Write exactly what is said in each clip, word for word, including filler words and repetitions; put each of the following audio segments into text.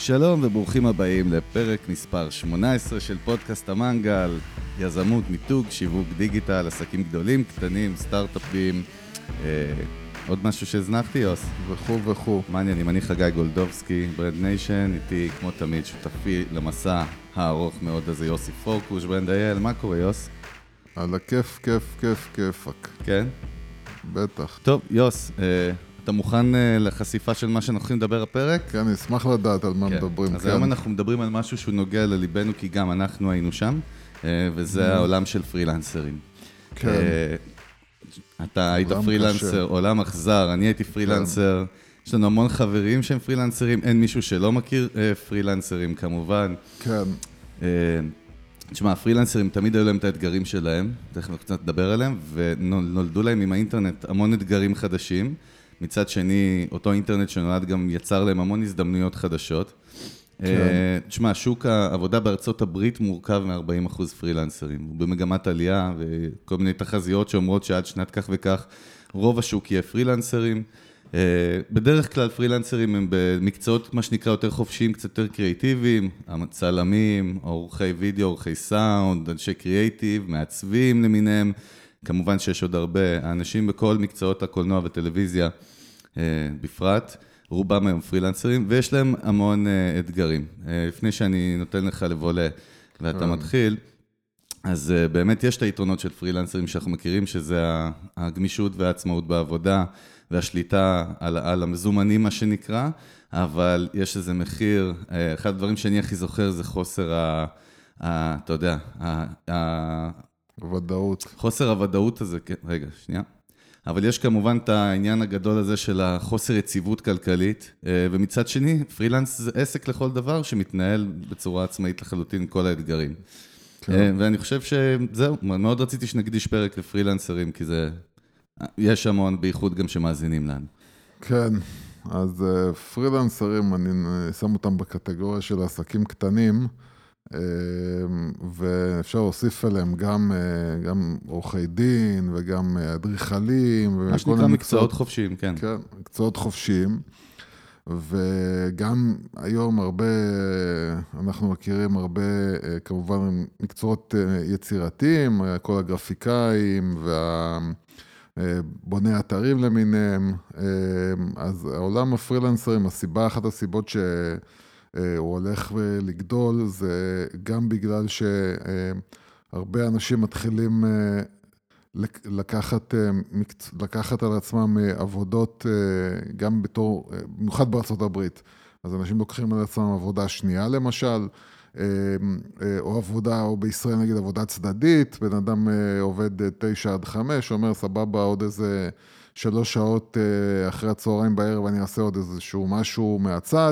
שלום וברוכים הבאים לפרק מספר שמונה עשרה של פודקאסט המנגל, יזמות, מיתוג, שיווק דיגיטל, עסקים גדולים, קטנים, סטארט-אפים, אה, עוד משהו שהזנחתי, יוס? וכו וכו. מעניינים, אני חגי גולדובסקי, ברנד ניישן, איתי כמו תמיד שותפי למסע הארוך מאוד הזה, יוסי פורקוש, ברנד אייל, מה קורה יוס? על הכיף, כיף, כיף, כיפק. כן? בטח. טוב, יוס, אה, אתה מוכן אה, לחשיפה של מה שאנחנו הולכים לדבר הפרק? כן, אני אשמח לדעת על מה כן. מדברים. אז כן. היום אנחנו מדברים על משהו שהוא נוגע לליבנו, כי גם אנחנו היינו שם, אה, וזה העולם של פרילנסרים. כן. אה, אתה היית פרילנסר, קשה. עולם אכזר, אני הייתי פרילנסר, יש לנו המון חברים שהם פרילנסרים, אין מישהו שלא מכיר אה, פרילנסרים כמובן. כן. אה, תשמע, הפרילנסרים תמיד היו להם את האתגרים שלהם, תכף אנחנו קצת נדבר עליהם, ונולדו להם עם האינטרנט המון אתגרים חדשים. מצד שני, אותו אינטרנט שנולד גם יצר להם המון הזדמנויות חדשות. כן. תשמע, שוק העבודה בארצות הברית מורכב מ-ארבעים אחוז פרילנסרים. הוא במגמת עלייה וכל מיני תחזיות שאומרות שעד שנת כך וכך רוב השוק יהיה פרילנסרים. בדרך כלל פרילנסרים הם במקצועות מה שנקרא יותר חופשיים, קצת יותר קריאטיביים, צלמים, עורכי וידאו, עורכי סאונד, אנשי קריאטיב, מעצבים למיניהם. כמובן שיש עוד הרבה, האנשים בכל מקצועות הקולנוע וטלוויזיה בפרט, רובם היום פרילנסרים, ויש להם המון אתגרים. לפני שאני נותן לך לבולה ואתה מתחיל, אז באמת יש את היתרונות של פרילנסרים שאנחנו מכירים, שזה הגמישות והעצמאות בעבודה, והשליטה על, על המזומנים, מה שנקרא, אבל יש איזה מחיר, אחד הדברים שאני הכי זוכר זה חוסר ה... ה אתה יודע, ה... ה ודאות. חוסר הוודאות הזה, רגע, שנייה. אבל יש כמובן את העניין הגדול הזה של החוסר יציבות כלכלית, ומצד שני, פרילנס זה עסק לכל דבר שמתנהל בצורה עצמאית לחלוטין עם כל האתגרים. כן. ואני חושב שזהו, מאוד רציתי שנקדיש פרק לפרילנסרים, כי זה, יש המון בייחוד גם שמאזינים לנו. כן, אז פרילנסרים, אני שם אותם בקטגוריה של עסקים קטנים, ואפשר להוסיף אליהם גם, גם עורכי דין וגם אדריכלים. מה שנקרא מקצועות חופשיים, כן. כן, מקצועות חופשיים. וגם היום הרבה, אנחנו מכירים הרבה, כמובן, מקצועות יצירתיים, כל הגרפיקאים והבוני אתרים למיניהם. אז העולם הפרילנסרים, הסיבה, אחת הסיבות ש... הוא הולך לגדול, זה גם בגלל שהרבה אנשים מתחילים לקחת, לקחת על עצמם עבודות, גם בתור, במיוחד בארצות הברית. אז אנשים לוקחים על עצמם עבודה שנייה, למשל, או עבודה, או בישראל נגיד עבודה צדדית, בן אדם עובד תשע עד חמש, אומר סבבה עוד איזה שלוש שעות אחרי הצהריים בערב, אני אעשה עוד איזשהו משהו מהצד,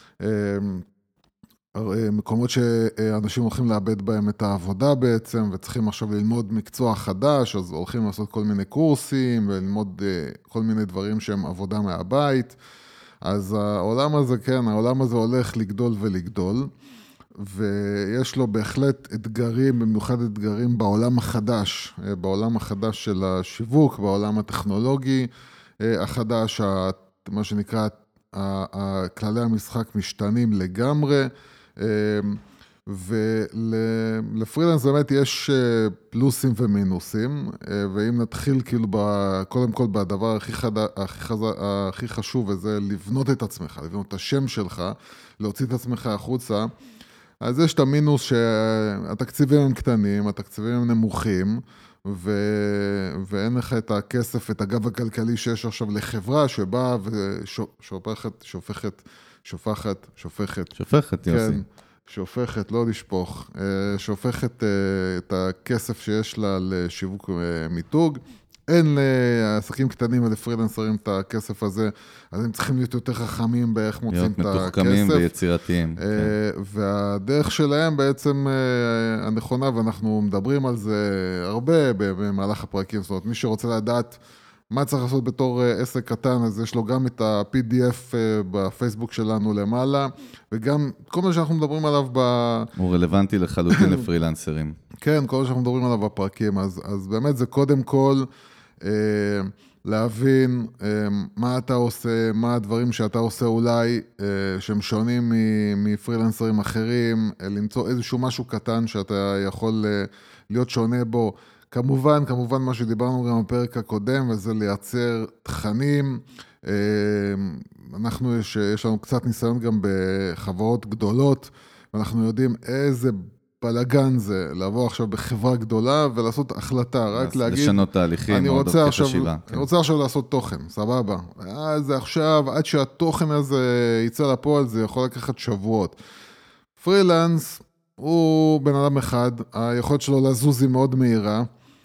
מקומות שאנשים הולכים לאבד בהם את העבודה בעצם, וצריכים עכשיו ללמוד מקצוע חדש, אז הולכים לעשות כל מיני קורסים, וללמוד כל מיני דברים שהם עבודה מהבית. אז העולם הזה, כן, העולם הזה הולך לגדול ולגדול, ויש לו בהחלט אתגרים, במיוחד אתגרים בעולם החדש, בעולם החדש של השיווק, בעולם הטכנולוגי החדש, מה שנקרא, כללי המשחק משתנים לגמרי, ולפרילנס באמת יש פלוסים ומינוסים, ואם נתחיל כאילו קודם כל בדבר הכי, חד... הכי חשוב, וזה לבנות את עצמך, לבנות את השם שלך, להוציא את עצמך החוצה, אז יש את המינוס שהתקציבים הם קטנים, התקציבים הם נמוכים, ו... ואין לך את הכסף, את הגב הכלכלי שיש עכשיו לחברה שבאה ושופכת, שופכת, שופכת, שופכת. שופכת, יוסי. כן, שופכת, לא לשפוך. שופכת את הכסף שיש לה לשיווק מיתוג. אין לעסקים קטנים ולפרילנסרים את הכסף הזה, אז הם צריכים להיות יותר חכמים באיך מוצאים את הכסף. להיות מתוחכמים ויצירתיים. והדרך שלהם בעצם הנכונה, ואנחנו מדברים על זה הרבה במהלך הפרקים, זאת אומרת, מי שרוצה לדעת מה צריך לעשות בתור עסק קטן, אז יש לו גם את ה-פי די אף בפייסבוק שלנו למעלה, וגם כל מה שאנחנו מדברים עליו ב... הוא רלוונטי לחלוטין לפרילנסרים. כן, כל מה שאנחנו מדברים עליו בפרקים, אז, אז באמת זה קודם כל... להבין מה אתה עושה, מה הדברים שאתה עושה אולי, שהם שונים מפרילנסרים אחרים, למצוא איזשהו משהו קטן שאתה יכול להיות שונה בו. כמובן, כמובן מה שדיברנו גם בפרק הקודם, וזה לייצר תכנים. אנחנו, יש, יש לנו קצת ניסיון גם בחברות גדולות, ואנחנו יודעים איזה בלגן זה, לעבור עכשיו בחברה גדולה ולעשות החלטה, רק להגיד, לשנות תהליכים, אני רוצה עכשיו, חשיבה, אני רוצה עכשיו לעשות תוכן, סבבה. אז עכשיו, עד שהתוכן הזה יצא לפועל, זה יכול לקחת שבועות. פרילנס הוא בן אדם אחד, היכולת שלו לזוז היא מאוד מהירה,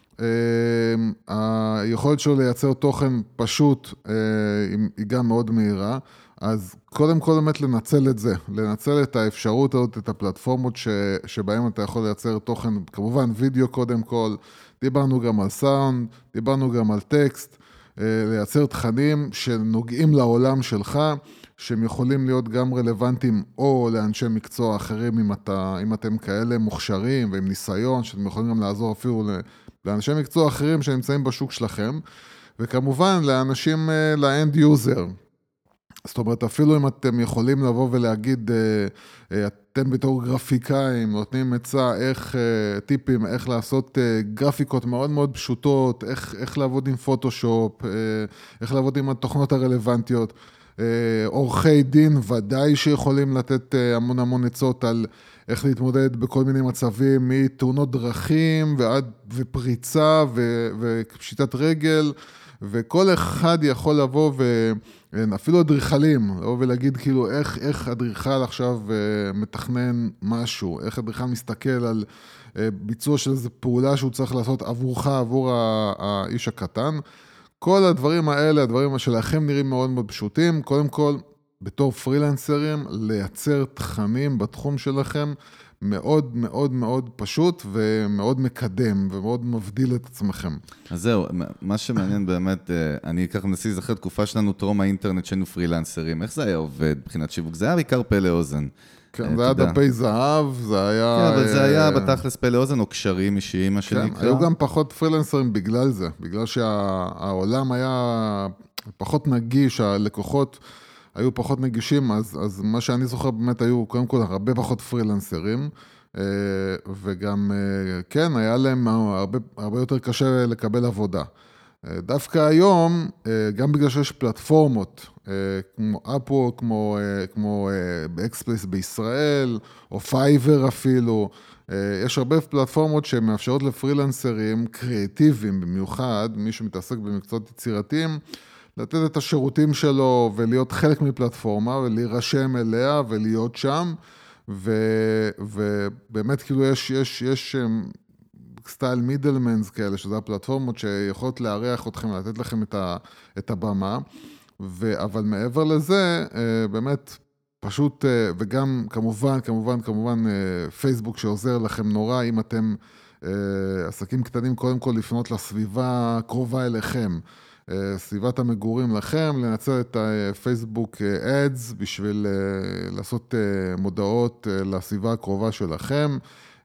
היכולת שלו לייצר תוכן פשוט היא גם מאוד מהירה, אז קודם כל באמת לנצל את זה, לנצל את האפשרות הזאת, את הפלטפורמות ש, שבהם אתה יכול לייצר תוכן, כמובן וידאו קודם כל, דיברנו גם על סאונד, דיברנו גם על טקסט, לייצר תכנים שנוגעים לעולם שלך, שהם יכולים להיות גם רלוונטיים או לאנשי מקצוע אחרים, אם, אתה, אם אתם כאלה מוכשרים ועם ניסיון, שאתם יכולים גם לעזור אפילו לאנשי מקצוע אחרים שנמצאים בשוק שלכם, וכמובן לאנשים, לאנד יוזר, זאת אומרת, אפילו אם אתם יכולים לבוא ולהגיד, אתם בתור גרפיקאים, נותנים עצה, איך, טיפים, איך לעשות גרפיקות מאוד מאוד פשוטות, איך, איך לעבוד עם פוטושופ, איך לעבוד עם התוכנות הרלוונטיות, עורכי דין ודאי שיכולים לתת המון המון עצות על איך להתמודד בכל מיני מצבים, מתאונות דרכים ועד ופריצה ו, ופשיטת רגל, וכל אחד יכול לבוא ו... אפילו אדריכלים, לבוא ולהגיד כאילו איך, איך אדריכל עכשיו מתכנן משהו, איך אדריכל מסתכל על ביצוע של איזו פעולה שהוא צריך לעשות עבורך, עבור האיש הקטן. כל הדברים האלה, הדברים שלכם נראים מאוד מאוד פשוטים, קודם כל, בתור פרילנסרים, לייצר תכנים בתחום שלכם, מאוד מאוד מאוד פשוט ומאוד מקדם ומאוד מבדיל את עצמכם. אז זהו, מה שמעניין באמת, אני ככה מנסה לזכר תקופה שלנו טרום האינטרנט שהיינו פרילנסרים, איך זה היה עובד מבחינת שיווק? זה היה בעיקר פה לאוזן. כן, זה היה דפי זהב, זה היה... כן, אבל זה היה בתכלס פה לאוזן או קשרים אישיים, מה שנקרא. כן, היו גם פחות פרילנסרים בגלל זה, בגלל שהעולם היה פחות נגיש, הלקוחות היו פחות נגישים, אז, אז מה שאני זוכר באמת היו קודם כל הרבה פחות פרילנסרים, וגם כן, היה להם הרבה, הרבה יותר קשה לקבל עבודה. דווקא היום, גם בגלל שיש פלטפורמות, כמו אפו, כמו, כמו באקספלייס בישראל, או פייבר אפילו, יש הרבה פלטפורמות שמאפשרות לפרילנסרים קריאטיביים במיוחד, מי שמתעסק במקצועות יצירתיים, לתת את השירותים שלו ולהיות חלק מפלטפורמה ולהירשם אליה ולהיות שם, ו, ובאמת כאילו יש, יש, יש סטייל מידלמנס כאלה, שזה הפלטפורמות שיכולות להריח אתכם, לתת לכם את, ה, את הבמה, ו, אבל מעבר לזה, באמת פשוט, וגם כמובן, כמובן, כמובן פייסבוק שעוזר לכם נורא, אם אתם עסקים קטנים, קודם כל לפנות לסביבה קרובה אליכם, סביבת המגורים לכם, לנצל את הפייסבוק אדס בשביל לעשות מודעות לסביבה הקרובה שלכם.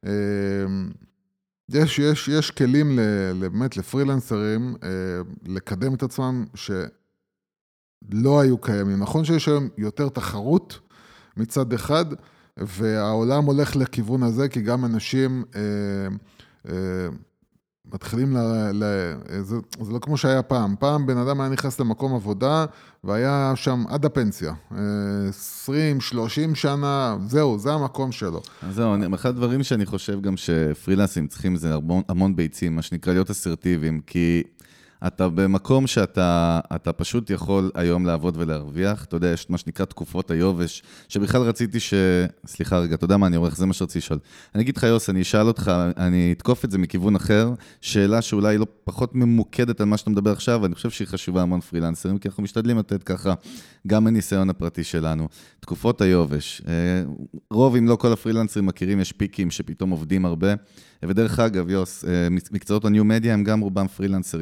יש, יש, יש כלים באמת לפרילנסרים לקדם את עצמם שלא היו קיימים. נכון שיש היום יותר תחרות מצד אחד, והעולם הולך לכיוון הזה, כי גם אנשים מתחילים, ל, ל, זה, זה לא כמו שהיה פעם. פעם בן אדם היה נכנס למקום עבודה, והיה שם עד הפנסיה. עשרים, שלושים שנה, זהו, זה המקום שלו. אז זהו, אחד הדברים שאני חושב גם שפרילנסים צריכים, זה המון, המון ביצים, מה שנקרא להיות אסרטיביים, כי אתה במקום שאתה אתה פשוט יכול היום לעבוד ולהרוויח, אתה יודע, יש מה שנקרא תקופות היובש, שבכלל רציתי ש... סליחה רגע, אתה יודע מה אני עורך, זה מה שרציתי לשאול. אני אגיד לך יוס, אני אשאל אותך, אני אתקוף את זה מכיוון אחר, שאלה שאולי לא פחות ממוקדת על מה שאתה מדבר עכשיו, ואני חושב שהיא חשובה המון פרילנסרים, כי אנחנו משתדלים לתת ככה גם הניסיון הפרטי שלנו. תקופות היובש. רוב, אם לא כל הפרילנסרים מכירים, יש פיקים שפתאום עובדים הרבה, ודרך אגב, יוס, מקצועות הניו מדיה הם גם רובם פרילנסרים, כל אנשי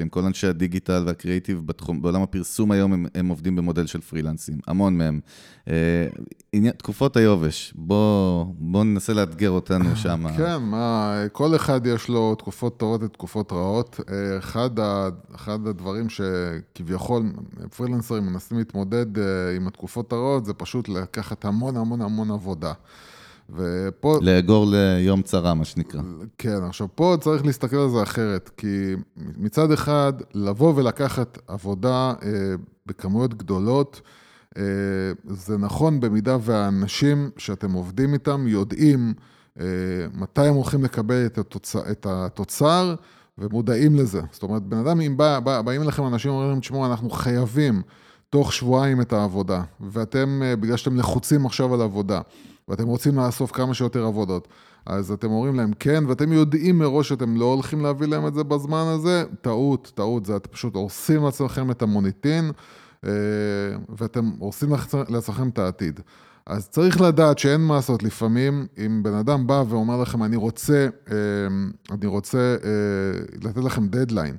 הדיגיטל והקריאיטיב בתחום, בעולם הפרסום היום הם, הם עובדים במודל של פרילנסים, המון מהם. עניין, תקופות היובש, בוא, בוא ננסה לאתגר אותנו שם. כן, מה, כל אחד יש לו תקופות טובות ותקופות רעות. אחד, ה, אחד הדברים שכביכול פרילנסרים מנסים להתמודד עם התקופות הרעות, זה פשוט לקחת המון המון המון עבודה. ופה... לאגור ליום צרה, מה שנקרא. כן, עכשיו פה צריך להסתכל על זה אחרת, כי מצד אחד, לבוא ולקחת עבודה אה, בכמויות גדולות, אה, זה נכון במידה והאנשים שאתם עובדים איתם יודעים אה, מתי הם הולכים לקבל את התוצר, את התוצר ומודעים לזה. זאת אומרת, בן אדם, אם בא, בא, באים לכם אנשים אומרים, תשמעו, אנחנו חייבים תוך שבועיים את העבודה, ואתם, בגלל שאתם לחוצים עכשיו על עבודה, ואתם רוצים לאסוף כמה שיותר עבודות, אז אתם אומרים להם כן, ואתם יודעים מראש שאתם לא הולכים להביא להם את זה בזמן הזה, טעות, טעות, זה אתם פשוט הורסים לעצמכם את המוניטין, ואתם הורסים לעצמכם את העתיד. אז צריך לדעת שאין מה לעשות, לפעמים אם בן אדם בא ואומר לכם, אני רוצה, אני רוצה לתת לכם דדליין,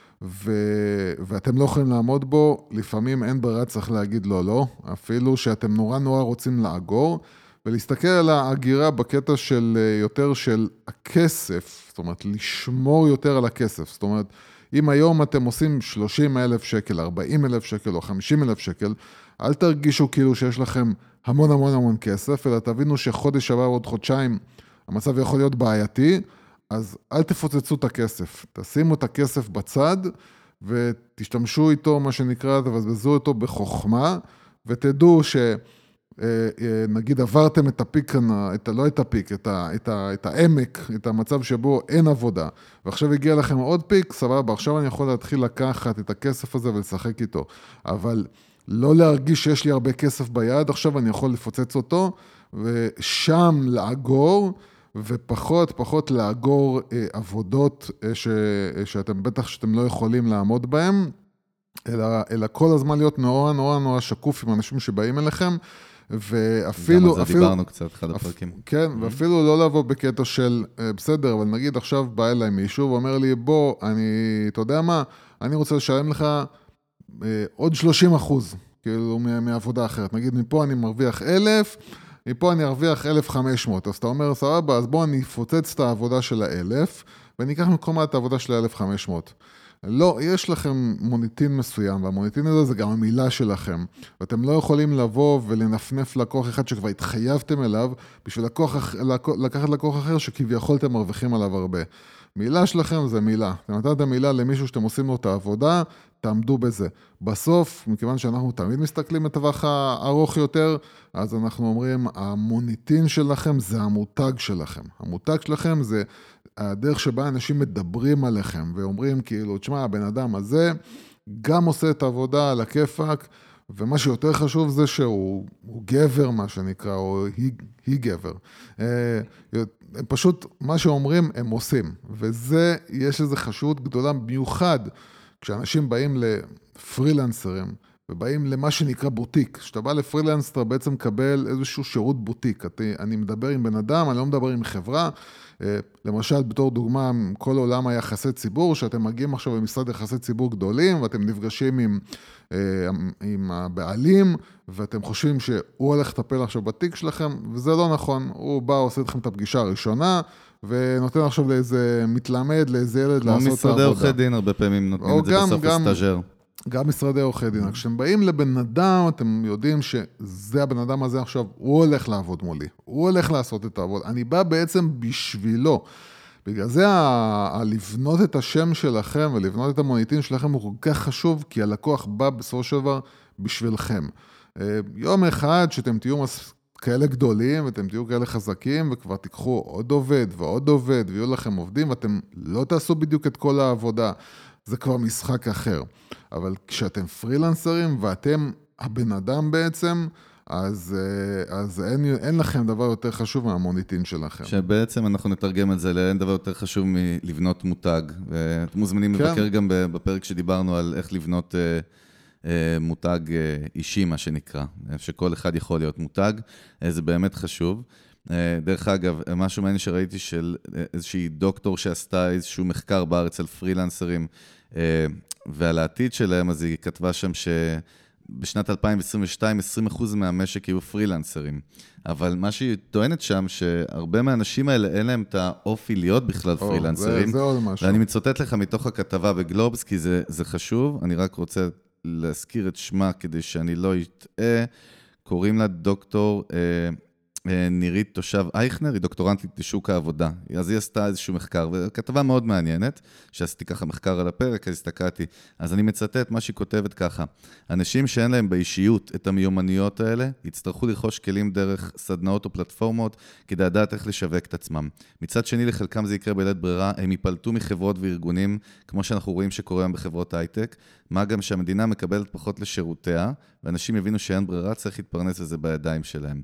ו- ואתם לא יכולים לעמוד בו, לפעמים אין ברירה, צריך להגיד לא, לא, אפילו שאתם נורא נורא רוצים לאגור, ולהסתכל על ההגירה בקטע של יותר של הכסף, זאת אומרת, לשמור יותר על הכסף, זאת אומרת, אם היום אתם עושים שלושים אלף שקל, ארבעים אלף שקל או חמישים אלף שקל, אל תרגישו כאילו שיש לכם המון המון המון כסף, אלא תבינו שחודש הבא עוד חודשיים המצב יכול להיות בעייתי, אז אל תפוצצו את הכסף, תשימו את הכסף בצד, ותשתמשו איתו, מה שנקרא, תבזבזו אותו בחוכמה, ותדעו שנגיד עברתם את הפיק, את, לא את הפיק, את, ה, את, ה, את העמק, את המצב שבו אין עבודה, ועכשיו הגיע לכם עוד פיק, סבבה, עכשיו אני יכול להתחיל לקחת את הכסף הזה ולשחק איתו, אבל לא להרגיש שיש לי הרבה כסף ביד, עכשיו אני יכול לפוצץ אותו, ושם לאגור, ופחות, פחות לאגור אה, עבודות אה, ש, אה, שאתם בטח שאתם לא יכולים לעמוד בהם, אלא, אלא כל הזמן להיות נורא נורא נורא שקוף עם אנשים שבאים אליכם, ואפילו... גם על זה דיברנו קצת, אחד הפרקים. כן, mm-hmm. ואפילו לא לבוא בקטע של, אה, בסדר, אבל נגיד עכשיו בא אליי מישהו ואומר לי, בוא, אני, אתה יודע מה, אני רוצה לשלם לך אה, עוד שלושים אחוז, כאילו מעבודה אחרת. נגיד, מפה אני מרוויח אלף, מפה אני ארוויח אלף וחמש מאות, אז אתה אומר, סבבה, אז בוא אני אפוצץ את העבודה של האלף, ואני אקח מקומה את העבודה של האלף וחמש מאות. לא, יש לכם מוניטין מסוים, והמוניטין הזה זה גם המילה שלכם, ואתם לא יכולים לבוא ולנפנף לקוח אחד שכבר התחייבתם אליו, בשביל לקוח, לקחת לקוח אחר שכביכול אתם מרוויחים עליו הרבה. מילה שלכם זה מילה. אתם נתתם מילה למישהו שאתם עושים לו את העבודה, תעמדו בזה. בסוף, מכיוון שאנחנו תמיד מסתכלים בטווח הארוך יותר, אז אנחנו אומרים, המוניטין שלכם זה המותג שלכם. המותג שלכם זה הדרך שבה אנשים מדברים עליכם, ואומרים כאילו, תשמע, הבן אדם הזה גם עושה את העבודה על הכיפק, ומה שיותר חשוב זה שהוא גבר, מה שנקרא, או היא, היא גבר. פשוט מה שאומרים הם עושים, וזה, יש איזו חשיבות גדולה במיוחד, כשאנשים באים לפרילנסרים, ובאים למה שנקרא בוטיק, כשאתה בא לפרילנס, אתה בעצם מקבל איזשהו שירות בוטיק, אני מדבר עם בן אדם, אני לא מדבר עם חברה, למשל, בתור דוגמה, כל עולם היחסי ציבור, שאתם מגיעים עכשיו במשרד יחסי ציבור גדולים, ואתם נפגשים עם, עם הבעלים, ואתם חושבים שהוא הולך לטפל עכשיו בתיק שלכם, וזה לא נכון, הוא בא, עושה אתכם את הפגישה הראשונה, ונותן עכשיו לאיזה מתלמד, לאיזה ילד לעשות את העבודה. משרדי עורכי דין הרבה פעמים נותנים את זה גם, בסוף גם, הסטאז'ר. גם משרדי עורכי דין. כשאתם באים לבן אדם, אתם יודעים שזה הבן אדם הזה עכשיו, הוא הולך לעבוד מולי, הוא הולך לעשות את העבוד. אני בא בעצם בשבילו. בגלל זה לבנות את השם שלכם ולבנות את המוניטין שלכם הוא כל כך חשוב, כי הלקוח בא בסופו של דבר בשבילכם. יום אחד שאתם תהיו כאלה גדולים ואתם תהיו כאלה חזקים וכבר תיקחו עוד עובד ועוד עובד ויהיו לכם עובדים ואתם לא תעשו בדיוק את כל העבודה. זה כבר משחק אחר. אבל כשאתם פרילנסרים ואתם הבן אדם בעצם, אז, אז אין, אין לכם דבר יותר חשוב מהמוניטין שלכם. שבעצם אנחנו נתרגם את זה לאין דבר יותר חשוב מלבנות מותג. ואתם מוזמנים כן. לבקר גם בפרק שדיברנו על איך לבנות אה, אה, מותג אה, אישי, מה שנקרא. שכל אחד יכול להיות מותג. אה, זה באמת חשוב. דרך אגב, משהו מעניין שראיתי של איזושהי דוקטור שעשתה איזשהו מחקר בארץ על פרילנסרים, ועל העתיד שלהם, אז היא כתבה שם שבשנת אלפיים עשרים ושתיים, עשרים אחוז מהמשק יהיו פרילנסרים. אבל מה שהיא טוענת שם, שהרבה מהאנשים האלה אין להם את האופי להיות בכלל פרילנסרים. זה, זה עוד משהו. ואני מצוטט לך מתוך הכתבה בגלובס, כי זה, זה חשוב. אני רק רוצה להזכיר את שמה כדי שאני לא אטעה. קוראים לה דוקטור נירית תושב אייכנר, היא דוקטורנטית לשוק העבודה. אז היא עשתה איזשהו מחקר, וכתבה מאוד מעניינת, שעשיתי ככה מחקר על הפרק, אז הסתכלתי. אז אני מצטט מה שהיא כותבת ככה, אנשים שאין להם באישיות את המיומנויות האלה, יצטרכו לרכוש כלים דרך סדנאות או פלטפורמות, כדי לדעת איך לשווק את עצמם. מצד שני, לחלקם זה יקרה בלית ברירה, הם ייפלטו מחברות וארגונים, כמו שאנחנו רואים שקורה בחברות הייטק, מה גם שהמדינה מקבלת פחות לשירותיה, ואנשים יבינו שאין ברירה, צריך להתפרנס לזה בידיים שלהם.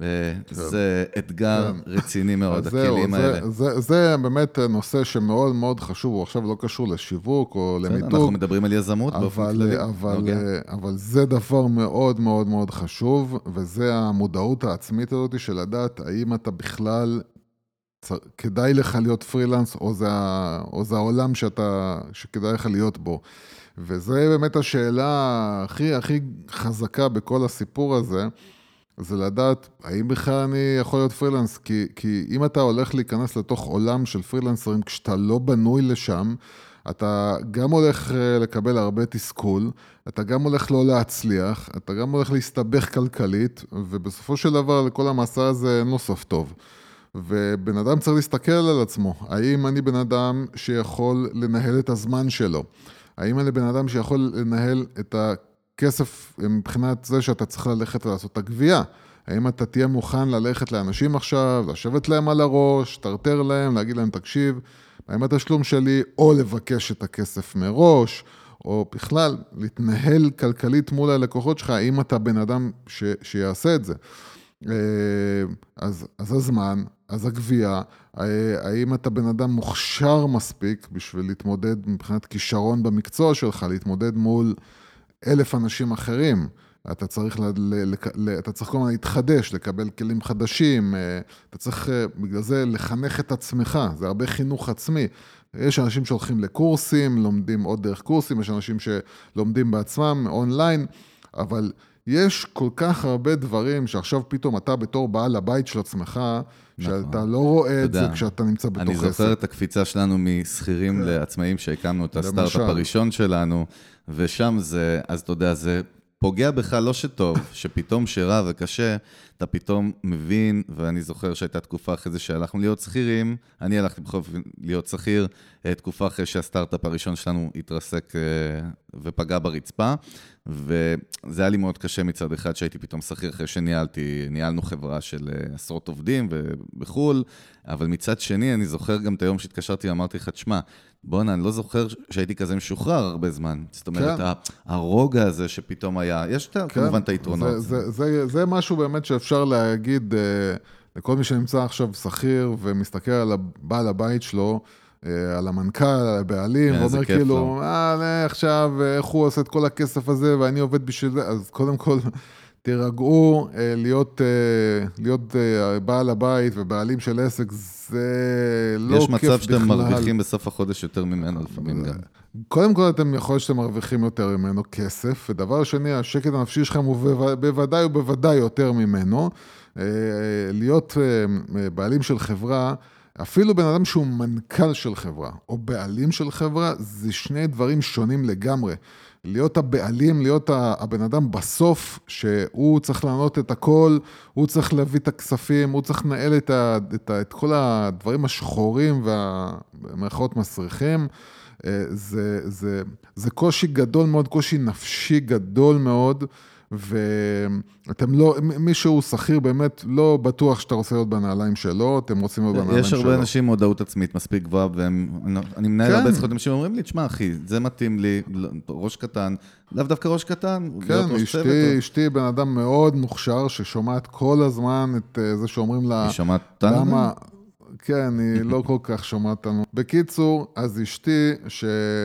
וזה אתגר רציני מאוד, הכלים האלה. זה באמת נושא שמאוד מאוד חשוב, הוא עכשיו לא קשור לשיווק או למיתוג. אנחנו מדברים על יזמות באופן כללי. אבל זה דבר מאוד מאוד מאוד חשוב, וזה המודעות העצמית הזאת של לדעת, האם אתה בכלל כדאי לך להיות פרילנס, או זה העולם שכדאי לך להיות בו. וזה באמת השאלה הכי, הכי חזקה בכל הסיפור הזה, זה לדעת, האם בכלל אני יכול להיות פרילנס? כי, כי אם אתה הולך להיכנס לתוך עולם של פרילנסרים, כשאתה לא בנוי לשם, אתה גם הולך לקבל הרבה תסכול, אתה גם הולך לא להצליח, אתה גם הולך להסתבך כלכלית, ובסופו של דבר לכל המסע הזה אין לו סוף טוב. ובן אדם צריך להסתכל על עצמו, האם אני בן אדם שיכול לנהל את הזמן שלו? האם אני בן אדם שיכול לנהל את הכסף מבחינת זה שאתה צריך ללכת לעשות את הגבייה? האם אתה תהיה מוכן ללכת לאנשים עכשיו, לשבת להם על הראש, תרתר להם, להגיד להם תקשיב, האם התשלום שלי, או לבקש את הכסף מראש, או בכלל להתנהל כלכלית מול הלקוחות שלך, האם אתה בן אדם ש, שיעשה את זה? אז, אז הזמן, אז הגבייה, האם אתה בן אדם מוכשר מספיק בשביל להתמודד מבחינת כישרון במקצוע שלך, להתמודד מול אלף אנשים אחרים, אתה צריך, ל, ל, ל, אתה צריך כל הזמן להתחדש, לקבל כלים חדשים, אתה צריך בגלל זה לחנך את עצמך, זה הרבה חינוך עצמי. יש אנשים שהולכים לקורסים, לומדים עוד דרך קורסים, יש אנשים שלומדים בעצמם אונליין, אבל יש כל כך הרבה דברים שעכשיו פתאום אתה בתור בעל הבית של עצמך, שאתה לא רואה את זה כשאתה נמצא בתוך עסק. אני זוכר את הקפיצה שלנו מסחירים לעצמאים שהקמנו את הסטארט-אפ הראשון שלנו, ושם זה, אז אתה יודע, זה פוגע בך לא שטוב, שפתאום שרע וקשה, אתה פתאום מבין, ואני זוכר שהייתה תקופה אחרי זה שהלכנו להיות שכירים, אני הלכתי בכל אופן להיות שכיר, תקופה אחרי שהסטארט-אפ הראשון שלנו התרסק ופגע ברצפה, וזה היה לי מאוד קשה מצד אחד שהייתי פתאום שכיר אחרי שניהלתי, ניהלנו חברה של עשרות עובדים ובחול, אבל מצד שני אני זוכר גם את היום שהתקשרתי ואמרתי לך, תשמע, בוא'נה, אני לא זוכר שהייתי כזה משוחרר הרבה זמן. זאת אומרת, כן. הרוגע הזה שפתאום היה, יש כן. כמובן את היתרונות. זה, זה, זה, זה משהו באמת שאפשר להגיד לכל מי שנמצא עכשיו שכיר ומסתכל על בעל הבית שלו, על המנכ"ל, על הבעלים, ואומר כאילו, אה, עכשיו, איך הוא עושה את כל הכסף הזה, ואני עובד בשביל זה, אז קודם כל, תירגעו, להיות, להיות בעל הבית ובעלים של עסק, זה לא כיף בכלל. יש מצב שאתם מרוויחים בסוף החודש יותר ממנו לפעמים גם. קודם כל, אתם יכול שאתם מרוויחים יותר ממנו כסף, ודבר שני, השקט הנפשי שלכם הוא בוודאי ובוודאי יותר ממנו. להיות בעלים של חברה, אפילו בן אדם שהוא מנכ"ל של חברה, או בעלים של חברה, זה שני דברים שונים לגמרי. להיות הבעלים, להיות הבן אדם בסוף, שהוא צריך לענות את הכל, הוא צריך להביא את הכספים, הוא צריך לנהל את, ה, את, ה, את כל הדברים השחורים והמרכאות מסריחים. זה, זה, זה קושי גדול מאוד, קושי נפשי גדול מאוד, ואתם לא, מישהו שכיר באמת לא בטוח שאתה רוצה להיות בנעליים שלו, אתם רוצים להיות בנעליים שלו. יש הרבה אנשים מודעות עצמית מספיק גבוהה, ואני מנהל הרבה שיחות, אנשים אומרים לי, תשמע אחי, זה מתאים לי, ראש קטן, לאו דווקא ראש קטן, כן, אשתי, אשתי בן אדם מאוד מוכשר, ששומעת כל הזמן את זה שאומרים לה, היא שומעת אותנו? כן, היא לא כל כך שומעת לנו. בקיצור, אז אשתי, ש...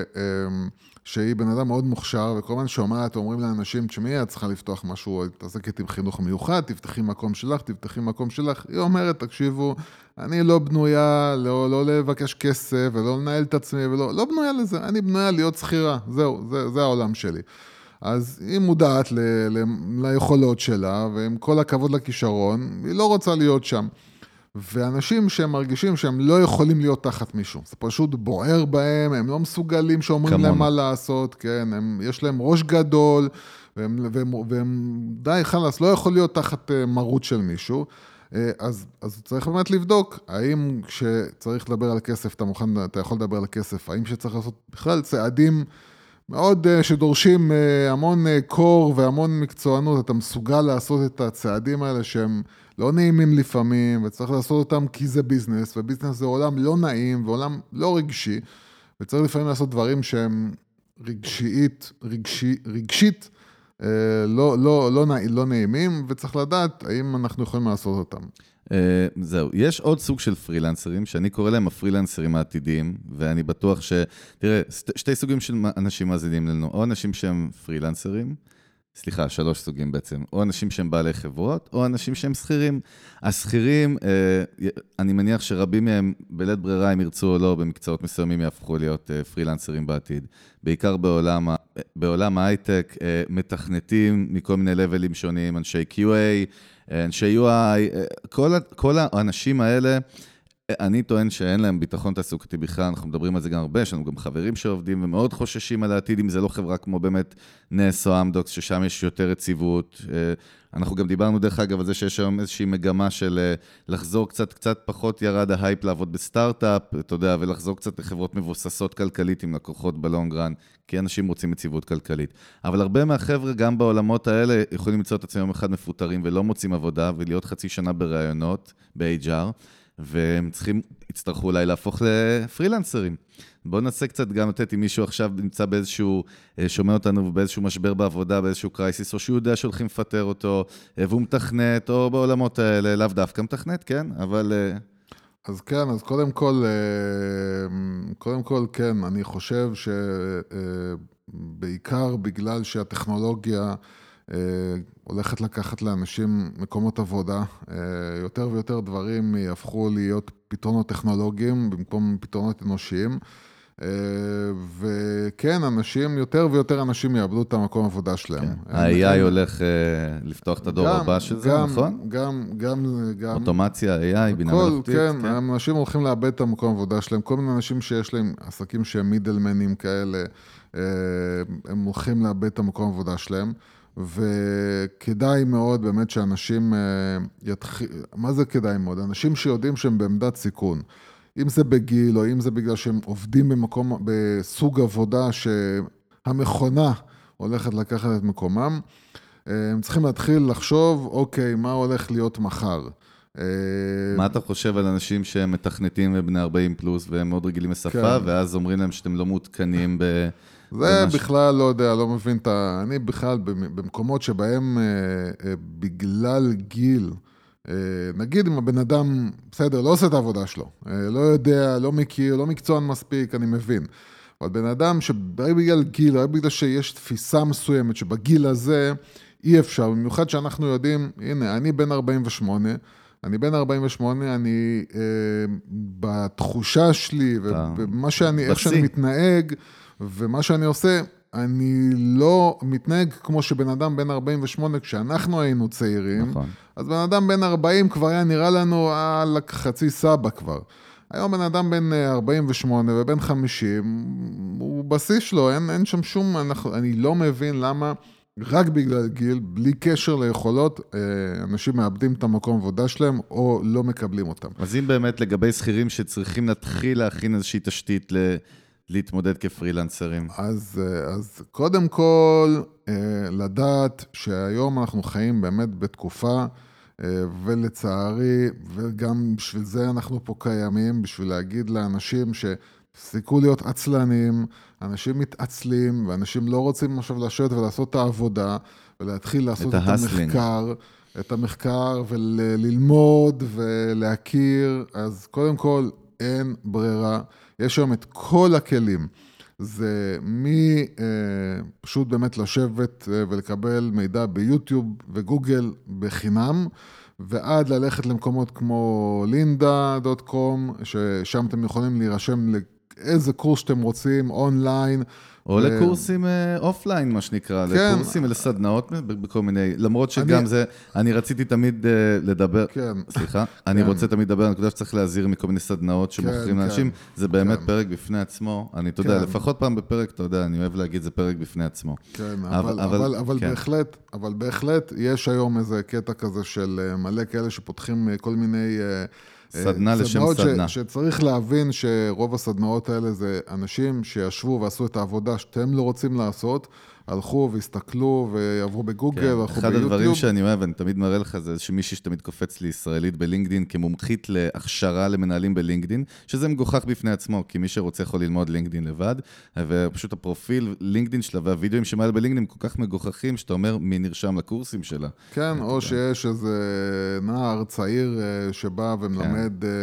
שהיא בן אדם מאוד מוכשר, וכל הזמן שומעת, אומרים לאנשים, תשמעי, את צריכה לפתוח משהו, תעסקת עם חינוך מיוחד, תפתחי מקום שלך, תפתחי מקום שלך. היא אומרת, תקשיבו, אני לא בנויה, לא, לא לבקש כסף, ולא לנהל את עצמי, ולא, לא בנויה לזה, אני בנויה להיות שכירה, זהו, זה, זה העולם שלי. אז היא מודעת ל, ל, ליכולות שלה, ועם כל הכבוד לכישרון, היא לא רוצה להיות שם. ואנשים שהם מרגישים שהם לא יכולים להיות תחת מישהו, זה פשוט בוער בהם, הם לא מסוגלים שאומרים להם מה לעשות, כן, הם, יש להם ראש גדול, והם, והם, והם די חלס, לא יכול להיות תחת מרות של מישהו, אז, אז צריך באמת לבדוק, האם כשצריך לדבר על כסף, אתה מוכן, אתה יכול לדבר על כסף, האם שצריך לעשות בכלל צעדים מאוד שדורשים המון קור והמון מקצוענות, אתה מסוגל לעשות את הצעדים האלה שהם לא נעימים לפעמים, וצריך לעשות אותם כי זה ביזנס, וביזנס זה עולם לא נעים, ועולם לא רגשי, וצריך לפעמים לעשות דברים שהם רגשית, רגשי, רגשית, לא, לא, לא, לא נעימים, וצריך לדעת האם אנחנו יכולים לעשות אותם. זהו, יש עוד סוג של פרילנסרים, שאני קורא להם הפרילנסרים העתידיים, ואני בטוח ש... תראה, שתי סוגים של אנשים מאזינים לנו, או אנשים שהם פרילנסרים, סליחה, שלוש סוגים בעצם, או אנשים שהם בעלי חברות, או אנשים שהם שכירים. השכירים, אני מניח שרבים מהם, בלית ברירה, אם ירצו או לא, במקצועות מסוימים יהפכו להיות פרילנסרים בעתיד. בעיקר בעולם, בעולם ההייטק, מתכנתים מכל מיני לבלים שונים, אנשי קיו איי, אנשי יו איי, כל, כל האנשים האלה, אני טוען שאין להם ביטחון תעסוקתי בכלל, אנחנו מדברים על זה גם הרבה, יש לנו גם חברים שעובדים ומאוד חוששים על העתיד, אם זה לא חברה כמו באמת נס או אמדוקס, ששם יש יותר רציבות. אנחנו גם דיברנו דרך אגב על זה שיש היום איזושהי מגמה של לחזור קצת, קצת פחות ירד ההייפ לעבוד בסטארט-אפ, אתה יודע, ולחזור קצת לחברות מבוססות כלכלית עם לקוחות בלונגרן, כי אנשים רוצים יציבות כלכלית. אבל הרבה מהחבר'ה גם בעולמות האלה יכולים למצוא את עצמם אחד מפוטרים ולא מוצאים עבודה, ולהיות חצי שנה ברעיונות, ב-אייץ' אר, והם צריכים, יצטרכו אולי להפוך לפרילנסרים. בואו ננסה קצת גם לתת אם מישהו עכשיו נמצא באיזשהו, שומע אותנו באיזשהו משבר בעבודה, באיזשהו קרייסיס, או שהוא יודע שהולכים לפטר אותו, והוא מתכנת, או בעולמות האלה, לאו דווקא מתכנת, כן, אבל... אז כן, אז קודם כל, קודם כל, כן, אני חושב שבעיקר בגלל שהטכנולוגיה הולכת לקחת לאנשים מקומות עבודה, יותר ויותר דברים יהפכו להיות פתרונות טכנולוגיים במקום פתרונות אנושיים, וכן, אנשים, יותר ויותר אנשים יאבדו את המקום העבודה שלהם. ה-איי איי הולך לפתוח את הדור הבא של זה, נכון? גם, גם, גם... אוטומציה, איי איי, בינה מלאכותית. כן, אנשים הולכים לאבד את המקום העבודה שלהם, כל מיני אנשים שיש להם עסקים שהם מידלמנים כאלה, הם הולכים לאבד את המקום העבודה שלהם, וכדאי מאוד באמת שאנשים יתחיל, מה זה כדאי מאוד? אנשים שיודעים שהם בעמדת סיכון, אם זה בגיל או אם זה בגלל שהם עובדים במקום, בסוג עבודה שהמכונה הולכת לקחת את מקומם, הם צריכים להתחיל לחשוב, אוקיי, מה הולך להיות מחר? מה אתה חושב על אנשים שהם מתכנתים ובני ארבעים פלוס והם מאוד רגילים לשפה, ואז אומרים להם שאתם לא מעודכנים ב... זה בכלל לא יודע, לא מבין את ה... אני בכלל במקומות שבהם בגלל גיל, נגיד אם הבן אדם, בסדר, לא עושה את העבודה שלו, לא יודע, לא מכיר, לא מקצוען מספיק, אני מבין. אבל בן אדם שרק בגלל גיל, רק בגלל שיש תפיסה מסוימת שבגיל הזה אי אפשר, במיוחד שאנחנו יודעים, הנה, אני בן ארבעים ושמונה, אני בן ארבעים ושמונה, אני בתחושה שלי, ובמה שאני, איך שאני מתנהג, ומה שאני עושה, אני לא מתנהג כמו שבן אדם בן ארבעים ושמונה, כשאנחנו היינו צעירים, נכון. אז בן אדם בן ארבעים כבר היה נראה לנו על חצי סבא כבר. היום בן אדם בן ארבעים ושמונה ובן חמישים, הוא בסיס שלו, אין, אין שם שום, אנחנו, אני לא מבין למה, רק בגלל גיל, בלי קשר ליכולות, אנשים מאבדים את המקום עבודה שלהם, או לא מקבלים אותם. אז אם באמת לגבי שכירים שצריכים להתחיל להכין איזושהי תשתית ל... להתמודד כפרילנסרים? אז, אז קודם כל, לדעת שהיום אנחנו חיים באמת בתקופה, ולצערי, וגם בשביל זה אנחנו פה קיימים, בשביל להגיד לאנשים שתפסיקו להיות עצלנים, אנשים מתעצלים, ואנשים לא רוצים עכשיו לשבת ולעשות את העבודה, ולהתחיל לעשות את, את המחקר, את המחקר וללמוד ולהכיר, אז קודם כל אין ברירה. יש היום את כל הכלים. זה מי אה, פשוט באמת לשבת אה, ולקבל מידע ביוטיוב וגוגל בחינם, ועד ללכת למקומות כמו לינדה דוט קום, ששם אתם יכולים להירשם לאיזה קורס שאתם רוצים, אונליין. או לקורסים אופליין, מה שנקרא, לקורסים ולסדנאות בכל מיני, למרות שגם זה, אני רציתי תמיד לדבר, סליחה, אני רוצה תמיד לדבר, אני חושב שצריך להזהיר מכל מיני סדנאות שמוכרים לאנשים, זה באמת פרק בפני עצמו, אני, אתה יודע, לפחות פעם בפרק, אתה יודע, אני אוהב להגיד, זה פרק בפני עצמו. כן, אבל בהחלט, אבל בהחלט, יש היום איזה קטע כזה של מלא כאלה שפותחים כל מיני סדנה לשם סדנה. ש, שצריך להבין שרוב הסדנאות האלה זה אנשים שישבו ועשו את העבודה שאתם לא רוצים לעשות, הלכו והסתכלו ועברו בגוגל, כן, הלכו אחד ביוטיוב. אחד הדברים שאני אוהב, אני תמיד מראה לך, זה שמישהי שתמיד קופץ לי ישראלית בלינקדין, כמומחית להכשרה למנהלים בלינקדין, שזה מגוחך בפני עצמו, כי מי שרוצה יכול ללמוד לינקדין לבד, ופשוט הפרופיל לינקדין שלה והווידאוים שמעלה בלינקדין כל כך מגוחכים, שאתה אומר מי נרשם לקורסים שלה. כן, או שיש איזה נער צעיר שבא ומלמד כן.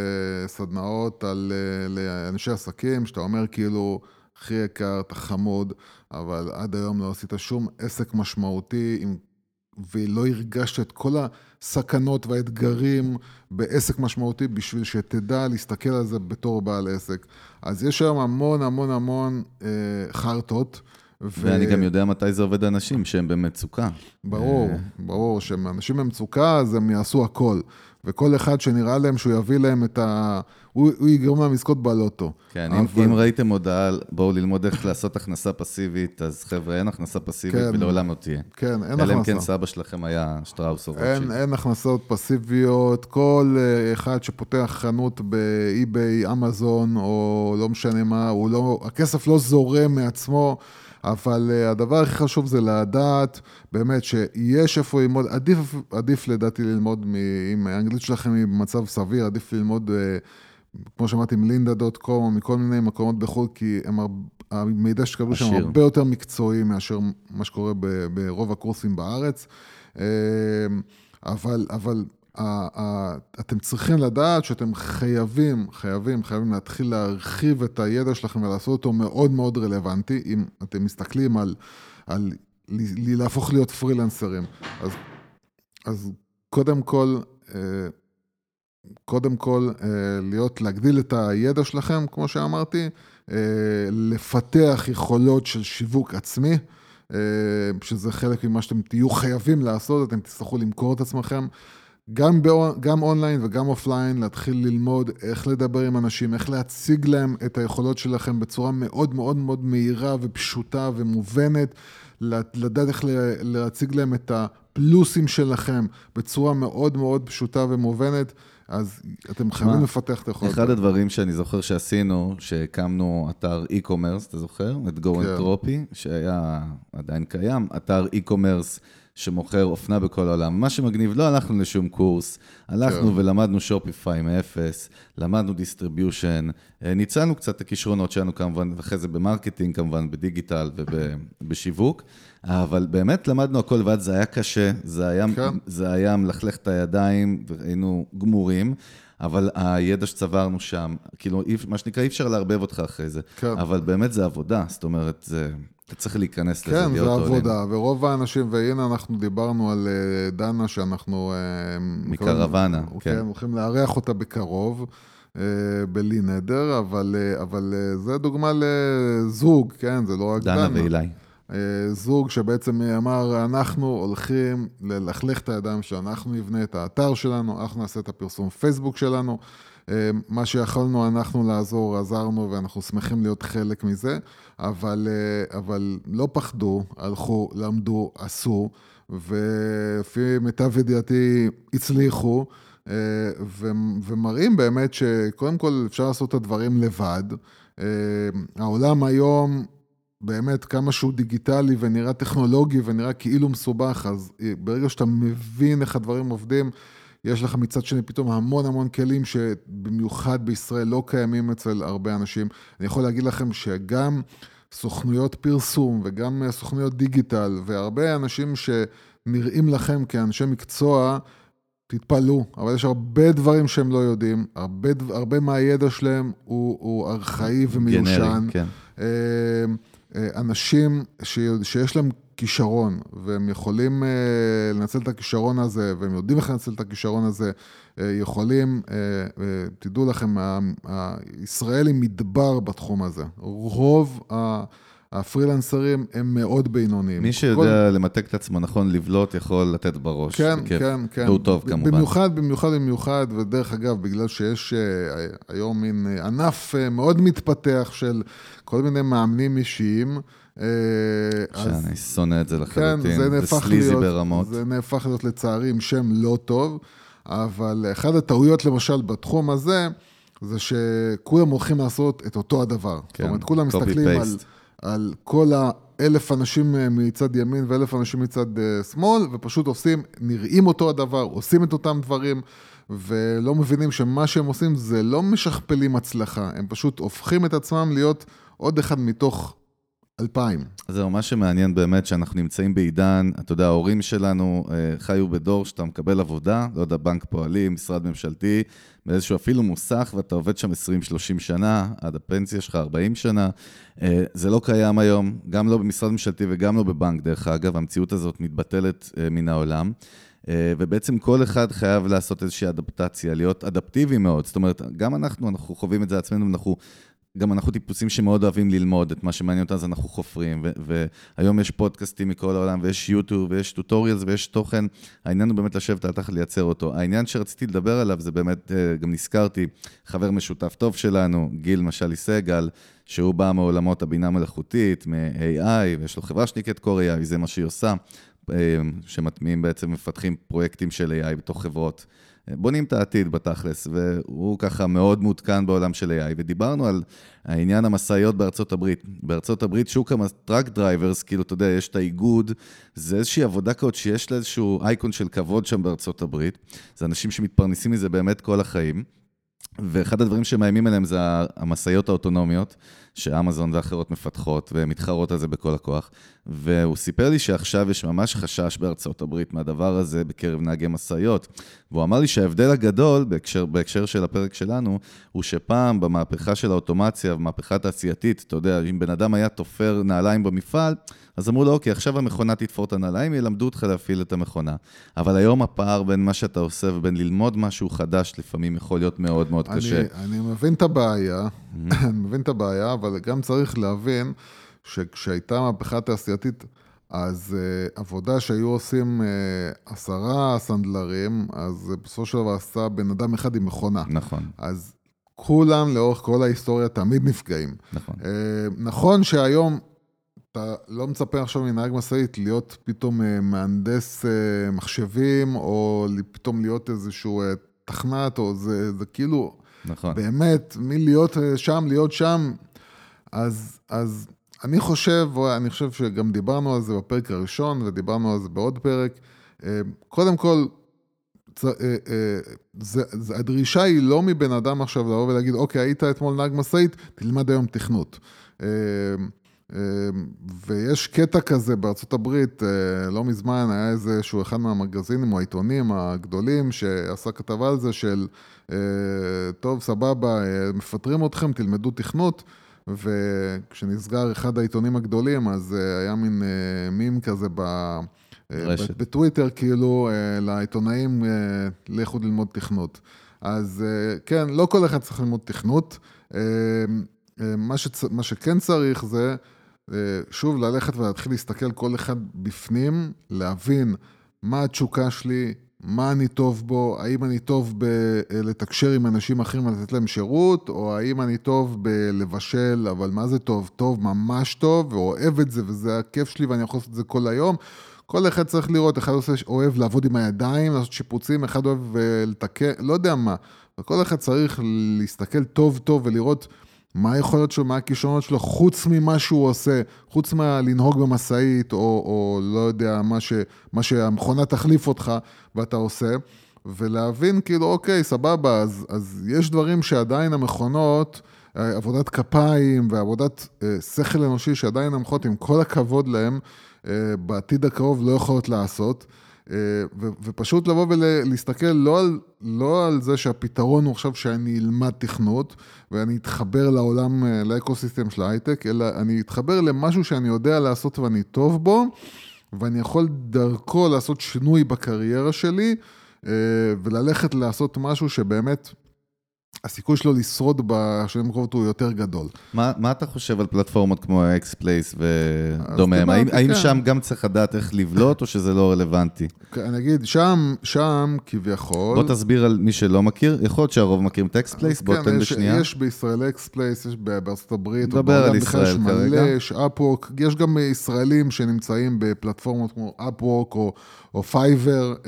סדנאות על לאנשי עסקים, שאתה אומר כאילו, הכי יקר, אתה חמוד, אבל עד היום לא עשית שום עסק משמעותי, ולא הרגשת את כל הסכנות והאתגרים בעסק משמעותי, בשביל שתדע להסתכל על זה בתור בעל עסק. אז יש היום המון המון המון אה, חרטות. ואני ו... גם יודע מתי זה עובד אנשים שהם במצוקה. ברור, ברור, שהם אנשים במצוקה, אז הם יעשו הכל. וכל אחד שנראה להם שהוא יביא להם את ה... הוא, הוא יגרום להם לזכות בלוטו. כן, אבל... אם, אם ראיתם הודעה, בואו ללמוד איך לעשות הכנסה פסיבית, אז חבר'ה, אין הכנסה פסיבית, כן, ולעולם לא תהיה. כן, אין הכנסה. אלא אם כן סבא שלכם היה שטראוס או רוטשילד. אין, אין הכנסות פסיביות, כל אחד שפותח חנות באי-ביי, אמזון, או לא משנה מה, הוא לא, הכסף לא זורם מעצמו, אבל הדבר הכי חשוב זה לדעת באמת שיש איפה ללמוד, עדיף, עדיף לדעתי ללמוד, אם האנגלית שלכם היא במצב סביר, עדיף ללמוד, כמו שאמרתי, עם לינדה דוט קום, או מכל מיני מקומות בחו"ל, כי הם, המידע שקבלו שם הרבה יותר מקצועי מאשר מה שקורה ברוב הקורסים בארץ, אבל, אבל אתם צריכים לדעת שאתם חייבים, חייבים, חייבים להתחיל להרחיב את הידע שלכם ולעשות אותו מאוד מאוד רלוונטי, אם אתם מסתכלים על, על להפוך להיות פרילנסרים. אז, אז קודם כל, קודם כל, להיות, להגדיל את הידע שלכם, כמו שאמרתי, לפתח יכולות של שיווק עצמי, שזה חלק ממה שאתם תהיו חייבים לעשות, אתם תצטרכו למכור את עצמכם, גם, באו, גם אונליין וגם אופליין, להתחיל ללמוד איך לדבר עם אנשים, איך להציג להם את היכולות שלכם בצורה מאוד מאוד מאוד מהירה ופשוטה ומובנת, לדעת איך להציג להם את הפלוסים שלכם בצורה מאוד מאוד פשוטה ומובנת, אז אתם חייבים לפתח את היכולות. אחד הדברים שאני זוכר שעשינו, שהקמנו אתר e-commerce, אתה זוכר? את גו-אנטרופי, שהיה עדיין קיים, אתר e-commerce, שמוכר אופנה בכל העולם. מה שמגניב, לא הלכנו לשום קורס, הלכנו ולמדנו שופיפיי מאפס, למדנו דיסטריביושן, ניצלנו קצת את הכישרונות שלנו כמובן, ואחרי זה במרקטינג כמובן, בדיגיטל ובשיווק, אבל באמת למדנו הכל, ועד זה היה קשה, זה היה, זה היה מלכלך את הידיים, והיינו גמורים, אבל הידע שצברנו שם, כאילו, מה שנקרא, אי אפשר להרבב אותך אחרי זה, אבל באמת זה עבודה, זאת אומרת, זה... אתה צריך להיכנס לזה. כן, זה עבודה, ורוב האנשים, והנה אנחנו דיברנו על דנה שאנחנו... מקרוונה, כן. הולכים לארח אותה בקרוב, בלי נדר, אבל, אבל זה דוגמה לזוג, כן, זה לא רק דנה. דנה ואילי. זוג שבעצם אמר, אנחנו הולכים ללכלך את הידיים שאנחנו נבנה את האתר שלנו, אנחנו נעשה את הפרסום פייסבוק שלנו, מה שיכולנו אנחנו לעזור, עזרנו, ואנחנו שמחים להיות חלק מזה, אבל, אבל לא פחדו, הלכו, למדו, עשו, ולפי מיטב ידיעתי הצליחו, ומראים באמת שקודם כל אפשר לעשות את הדברים לבד. העולם היום באמת כמה שהוא דיגיטלי ונראה טכנולוגי ונראה כאילו מסובך, אז ברגע שאתה מבין איך הדברים עובדים, יש לך מצד שני פתאום המון המון כלים שבמיוחד בישראל לא קיימים אצל הרבה אנשים. אני יכול להגיד לכם שגם סוכנויות פרסום וגם סוכנויות דיגיטל והרבה אנשים שנראים לכם כאנשי מקצוע, תתפלאו, אבל יש הרבה דברים שהם לא יודעים, הרבה, הרבה מהידע שלהם הוא, הוא ארכאי ומיושן. כן. אנשים ש, שיש להם כישרון, והם יכולים לנצל את הכישרון הזה, והם יודעים איך לנצל את הכישרון הזה, יכולים, תדעו לכם, הישראלים מדבר בתחום הזה. רוב ה... הפרילנסרים הם מאוד בינוניים. מי שיודע כל... למתק את עצמו נכון, לבלוט, יכול לתת בראש. כן, בכיף. כן, כן. והוא טוב כמובן. במיוחד, במיוחד, במיוחד, ודרך אגב, בגלל שיש uh, היום מין uh, ענף uh, מאוד מתפתח של כל מיני מאמנים אישיים. Uh, שאני אז... שונא את זה לחלוטין. כן, זה נהפך להיות, ברמות. זה נהפך להיות לצערי עם שם לא טוב, אבל אחד הטעויות למשל בתחום הזה, זה שכולם הולכים לעשות את אותו הדבר. כן, זאת אומרת, כולם מסתכלים על... על כל האלף אנשים מצד ימין ואלף אנשים מצד שמאל, ופשוט עושים, נראים אותו הדבר, עושים את אותם דברים, ולא מבינים שמה שהם עושים זה לא משכפלים הצלחה, הם פשוט הופכים את עצמם להיות עוד אחד מתוך אלפיים. זהו, מה שמעניין באמת שאנחנו נמצאים בעידן, אתה יודע, ההורים שלנו חיו בדור שאתה מקבל עבודה, לא יודע, בנק פועלים, משרד ממשלתי, באיזשהו אפילו מוסך, ואתה עובד שם עשרים שלושים שנה, עד הפנסיה שלך ארבעים שנה. זה לא קיים היום, גם לא במשרד ממשלתי וגם לא בבנק, דרך אגב, המציאות הזאת מתבטלת מן העולם. ובעצם כל אחד חייב לעשות איזושהי אדפטציה, להיות אדפטיבי מאוד. זאת אומרת, גם אנחנו, אנחנו חווים את זה עצמנו, אנחנו... גם אנחנו טיפוסים שמאוד אוהבים ללמוד את מה שמעניין אותנו, אז אנחנו חופרים, ו- והיום יש פודקאסטים מכל העולם, ויש יוטיוב, ויש טוטוריאלס, ויש תוכן, העניין הוא באמת לשבת על תחת לייצר אותו. העניין שרציתי לדבר עליו, זה באמת, גם נזכרתי, חבר משותף טוב שלנו, גיל משלי סגל, שהוא בא מעולמות הבינה מלאכותית, מ-איי איי, ויש לו חברה שנקראת קור איי איי, זה מה שהיא עושה, שמטמיעים בעצם, מפתחים פרויקטים של איי איי בתוך חברות, בונים את העתיד בתכלס, והוא ככה מאוד מעודכן בעולם של איי איי, ודיברנו על העניין המסעיות בארצות הברית. בארצות הברית שוק הטראק דרייברס, כאילו אתה יודע, יש את האיגוד, זה איזושהי עבודה כאות שיש לה איזשהו אייקון של כבוד שם בארצות הברית, זה אנשים שמתפרנסים מזה באמת כל החיים, ואחד הדברים שמאיימים עליהם זה המסעיות האוטונומיות, שאמזון ואחרות מפתחות ומתחרות על זה בכל הכוח, והוא סיפר לי שעכשיו יש ממש חשש בארצות הברית מהדבר הזה בקרב נהגי מסעיות, והוא אמר לי שההבדל הגדול בהקשר, בהקשר של הפרק שלנו, הוא שפעם במהפכה של האוטומציה ומהפכה התעשייתית, אתה יודע, אם בן אדם היה תופר נעליים במפעל, אז אמרו לו, אוקיי, עכשיו המכונה תתפור את הנעליים, ילמדו אותך להפעיל את המכונה. אבל היום הפער בין מה שאתה עושה ובין ללמוד משהו חדש, לפעמים יכול להיות מאוד מאוד קשה. אני, אני מבין את הבעיה, אני מבין את הבעיה, אבל גם צריך להבין שכשהייתה מהפכה תעשייתית, אז uh, עבודה שהיו עושים uh, עשרה סנדלרים, אז uh, בסופו של דבר עשה בן אדם אחד עם מכונה. נכון. אז כולם לאורך כל ההיסטוריה תמיד נפגעים. נכון. Uh, נכון שהיום אתה לא מצפה עכשיו מנהג משאית להיות פתאום uh, מהנדס uh, מחשבים, או פתאום להיות איזשהו uh, תכנת, או זה, זה כאילו, נכון. באמת, מלהיות uh, שם, להיות שם, אז... אז אני חושב, אני חושב שגם דיברנו על זה בפרק הראשון, ודיברנו על זה בעוד פרק, קודם כל, הדרישה היא לא מבן אדם עכשיו לבוא ולהגיד, אוקיי, היית אתמול נהג משאית, תלמד היום תכנות. ויש קטע כזה בארצות הברית, לא מזמן היה איזשהו אחד מהמגזינים או העיתונים הגדולים, שעשה כתבה על זה של, טוב, סבבה, מפטרים אתכם, תלמדו תכנות, וכשנסגר אחד העיתונים הגדולים, אז היה מין מים כזה בטוויטר, כאילו, לעיתונאים לכו ללמוד תכנות. אז כן, לא כל אחד צריך ללמוד תכנות. מה, שצ... מה שכן צריך זה, שוב, ללכת ולהתחיל להסתכל כל אחד בפנים, להבין מה התשוקה שלי, מה אני טוב בו, האם אני טוב בלתקשר עם אנשים אחרים ולתת להם שירות, או האם אני טוב בלבשל, אבל מה זה טוב? טוב, ממש טוב, ואוהב את זה, וזה הכיף שלי, ואני יכול לעשות את זה כל היום. כל אחד צריך לראות, אחד עושה, אוהב לעבוד עם הידיים, לעשות שיפוצים, אחד אוהב לתקן, לא יודע מה. וכל אחד צריך להסתכל טוב טוב ולראות מה היכולות שלו, מה הכישרונות שלו, חוץ ממה שהוא עושה, חוץ מלנהוג במסעית, או, או לא יודע, מה, ש, מה שהמכונה תחליף אותך, ואתה עושה, ולהבין כאילו, אוקיי, סבבה, אז, אז יש דברים שעדיין המכונות, עבודת כפיים, ועבודת אה, שכל אנושי, שעדיין המכונות, עם כל הכבוד להם, בעתיד הקרוב לא יכולות לעשות, ופשוט לבוא ולהסתכל לא על, לא על זה שהפתרון הוא עכשיו שאני אלמד תכנות, ואני אתחבר לעולם, לאקוסיסטם של ההייטק, אלא אני אתחבר למשהו שאני יודע לעשות ואני טוב בו, ואני יכול דרכו לעשות שינוי בקריירה שלי, וללכת לעשות משהו שבאמת הסיכוי שלו לשרוד בשנים הקרובות הוא יותר גדול. מה, מה אתה חושב על פלטפורמות כמו X-Place ודומיהם? האם, האם שם גם צריך לדעת איך לבלוט, או שזה לא רלוונטי? אני אגיד, שם, שם כביכול... בוא תסביר על מי שלא מכיר, יכול להיות שהרוב מכירים את X-Place, בוא תן בשנייה. יש בישראל X-Place, יש בארצות הברית, דבר על ישראל כרגע. יש Upwork, יש גם ישראלים שנמצאים בפלטפורמות כמו Upwork או, או Fiverr,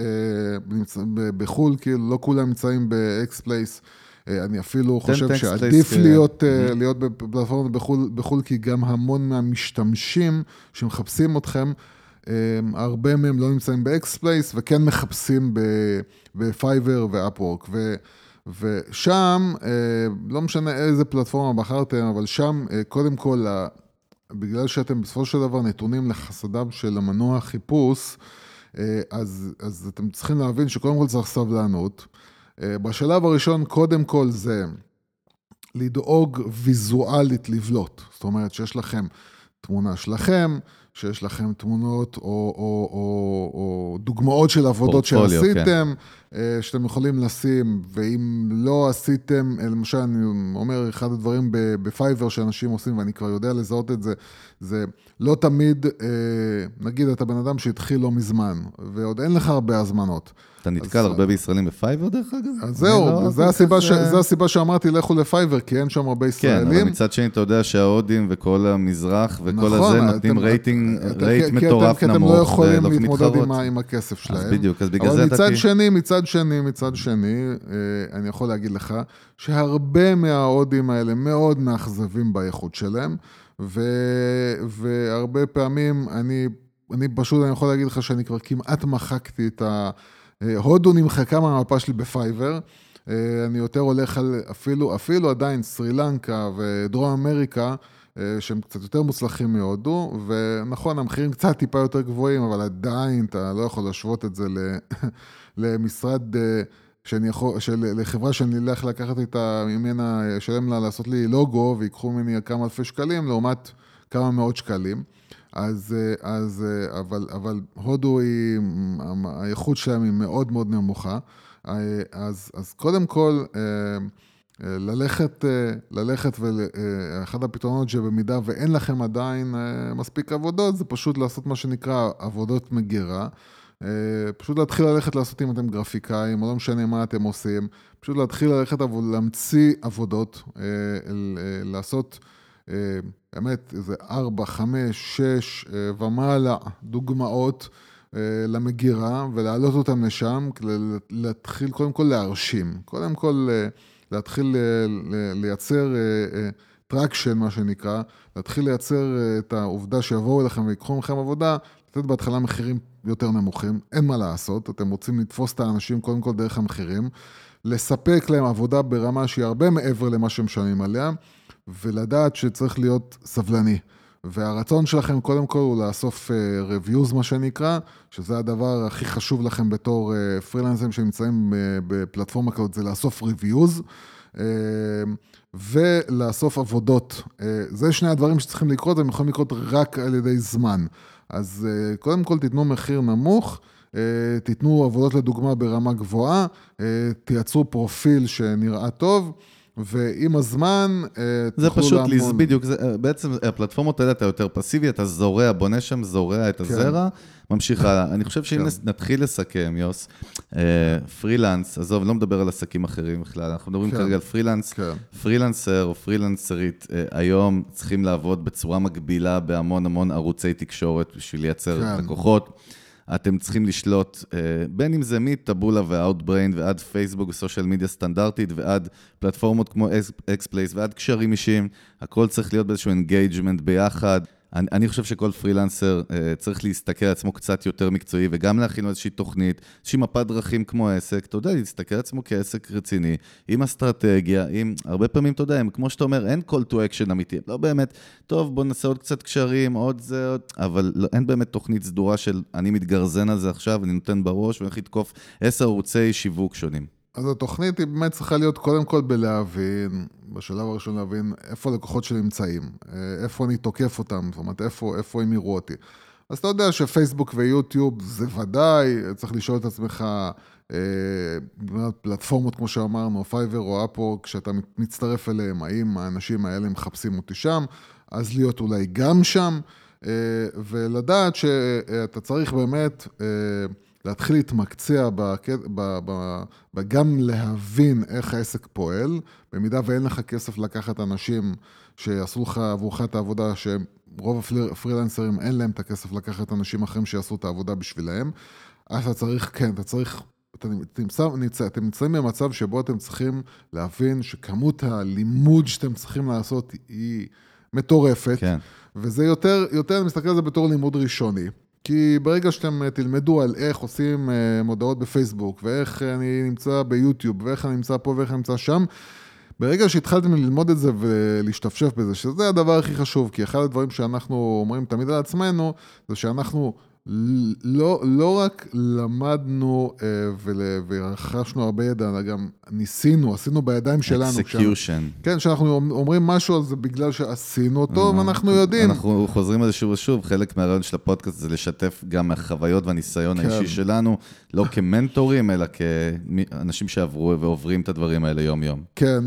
בחול, כאילו לא כולם נמצאים ב-X-Place, אני אפילו חושב שעדיף להיות, להיות בפלטפורמות בחול, בחול, כי גם המון מהמשתמשים שמחפשים אתכם, הרבה מהם לא נמצאים ב-X-Place, וכן מחפשים ב-Fiverr ו-Upwork, ושם, לא משנה איזה פלטפורמה בחרתם, אבל שם, קודם כל, בגלל שאתם בסופו של דבר נתונים לחסדיו של המנוע חיפוש, אז, אז אתם צריכים להבין שקודם כל צריך סבלנות, בשלב הראשון, קודם כל זה לדאוג ויזואלית לבלוט. זאת אומרת שיש לכם תמונה שלכם, שיש לכם תמונות או, או, או, או דוגמאות של עבודות שעשיתם, כן. שאתם יכולים לשים, ואם לא עשיתם, למשל אני אומר, אחד הדברים בפייבר שאנשים עושים, ואני כבר יודע לזהות את זה, זה לא תמיד, נגיד אתה בן אדם שהתחיל לא מזמן, ועוד אין לך הרבה הזמנות. אתה נתקל הרבה בישראלים בפייבר דרך אגב? אז זהו, זו הסיבה שאמרתי לכו לפייבר, כי אין שם הרבה ישראלים. כן, אבל מצד שני אתה יודע שההודים וכל המזרח וכל הזה נותנים רייטינג, רייט מטורף נמוך. כי אתם לא יכולים להתמודד עם הכסף שלהם. אז בדיוק, אז בגלל זה אתה... אבל מצד שני, מצד שני, מצד שני, אני יכול להגיד לך, שהרבה מההודים האלה מאוד מאכזבים באיכות שלהם, והרבה פעמים אני, אני פשוט, אני יכול להגיד לך שאני כבר כמעט מחקתי את ה... הודו נמחקה מהמפה שלי בפייבר, אני יותר הולך על אפילו, אפילו עדיין סרילנקה ודרום אמריקה, שהם קצת יותר מוצלחים מהודו, ונכון, המחירים קצת טיפה יותר גבוהים, אבל עדיין אתה לא יכול להשוות את זה למשרד, שאני יכול, של, לחברה שאני אלך לקחת איתה ממנה, שלם לה לעשות לי לוגו, ויקחו ממני כמה אלפי שקלים, לעומת כמה מאות שקלים. אז, אז, אבל, אבל הודו היא, האיכות שלהם היא מאוד מאוד נמוכה, אז, אז קודם כל, ללכת, ללכת ואחד הפתרונות שבמידה ואין לכם עדיין מספיק עבודות, זה פשוט לעשות מה שנקרא עבודות מגירה, פשוט להתחיל ללכת לעשות אם אתם גרפיקאים, או לא משנה מה אתם עושים, פשוט להתחיל ללכת להמציא עבודות, לעשות באמת איזה ארבע, חמש, שש ומעלה דוגמאות למגירה, ולהעלות אותם לשם, להתחיל קודם כל להרשים, קודם כל להתחיל לייצר טרקשן, מה שנקרא, להתחיל לייצר את העובדה שיבואו אליכם ויקחו מכם עבודה, לתת בהתחלה מחירים יותר נמוכים, אין מה לעשות, אתם רוצים לתפוס את האנשים קודם כל דרך המחירים, לספק להם עבודה ברמה שהיא הרבה מעבר למה שהם משלמים עליה, ולדעת שצריך להיות סבלני. והרצון שלכם קודם כל הוא לאסוף reviews, מה שנקרא, שזה הדבר הכי חשוב לכם בתור פרילנסרים שנמצאים בפלטפורמה כזאת, זה לאסוף reviews, ולאסוף עבודות. זה שני הדברים שצריכים לקרות, הם יכולים לקרות רק על ידי זמן. אז קודם כל תיתנו מחיר נמוך, תיתנו עבודות לדוגמה ברמה גבוהה, תייצרו פרופיל שנראה טוב, ועם הזמן זה פשוט להמון... בדיוק, זה, בעצם הפלטפורמות האלה אתה יותר פסיבי, אתה זורע, בונה שם, זורע את הזרע, כן. ממשיך הלאה. אני חושב שאם כן. נתחיל לסכם, יוס, פרילנס, עזוב, לא מדבר על עסקים אחרים בכלל, אנחנו מדברים כן. כרגע על פרילנס, כן. פרילנסר או פרילנסרית, היום צריכים לעבוד בצורה מקבילה בהמון המון ערוצי תקשורת בשביל לייצר כן. לקוחות, אתם צריכים לשלוט, בין אם זה מטבולה ואוטבריין, ועד פייסבוק וסושיאל מדיה סטנדרטית, ועד פלטפורמות כמו X-Place, ועד קשרים אישיים, הכל צריך להיות באיזשהו אינגייג'מנט ביחד. אני, אני חושב שכל פרילנסר אה, צריך להסתכל על עצמו קצת יותר מקצועי, וגם להכין איזושהי תוכנית, איזושהי מפת דרכים כמו עסק, אתה יודע, להסתכל על עצמו כעסק רציני, עם אסטרטגיה, עם, הרבה פעמים, אתה יודע, הם, כמו שאתה אומר, אין call to action אמיתי, לא באמת, טוב, בוא נעשה עוד קצת קשרים, עוד זה, עוד, אבל לא, אין באמת תוכנית סדורה של, אני מתגרזן על זה עכשיו, אני נותן בראש, ואני הולך לתקוף עשר ערוצי שיווק שונים. אז התוכנית היא באמת צריכה להיות קודם כל בלהבין, בשלב הראשון להבין איפה הלקוחות שלי נמצאים, איפה אני תוקף אותם, זאת אומרת, איפה, איפה הם יראו אותי. אז אתה יודע שפייסבוק ויוטיוב זה ודאי, צריך לשאול את עצמך, פלטפורמות כמו שאמרנו, פייבר או אפו, כשאתה מצטרף אליהם, האם האנשים האלה מחפשים אותי שם, אז להיות אולי גם שם, ולדעת שאתה צריך באמת להתחיל להתמקצע, וגם להבין איך העסק פועל, במידה ואין לך כסף לקחת אנשים שיעשו לך עבורך את העבודה, שרוב הפרילנסרים אין להם את הכסף לקחת אנשים אחרים שיעשו את העבודה בשבילהם, אז אתה צריך, כן, אתה צריך, אתם נמצאים במצב שבו אתם צריכים להבין שכמות הלימוד שאתם צריכים לעשות היא מטורפת, כן. וזה יותר, יותר אני מסתכל על זה בתור לימוד ראשוני, כי ברגע שאתם תלמדו על איך עושים מודעות בפייסבוק, ואיך אני נמצא ביוטיוב, ואיך אני נמצא פה ואיך אני נמצא שם, ברגע שהתחלתם ללמוד את זה ולהשתפשף בזה, שזה הדבר הכי חשוב, כי אחד הדברים שאנחנו אומרים תמיד על עצמנו, זה שאנחנו לא, לא רק למדנו ורכשנו הרבה ידע, אלא גם ניסינו, עשינו בידיים שלנו. Execution. כן, שאנחנו אומרים משהו על זה בגלל שעשינו אותו, ואנחנו יודעים. אנחנו חוזרים על זה שוב ושוב, חלק מהרעיון של הפודקאסט זה לשתף גם מהחוויות והניסיון האישי שלנו, לא כמנטורים, אלא כאנשים שעברו ועוברים את הדברים האלה יום יום. כן,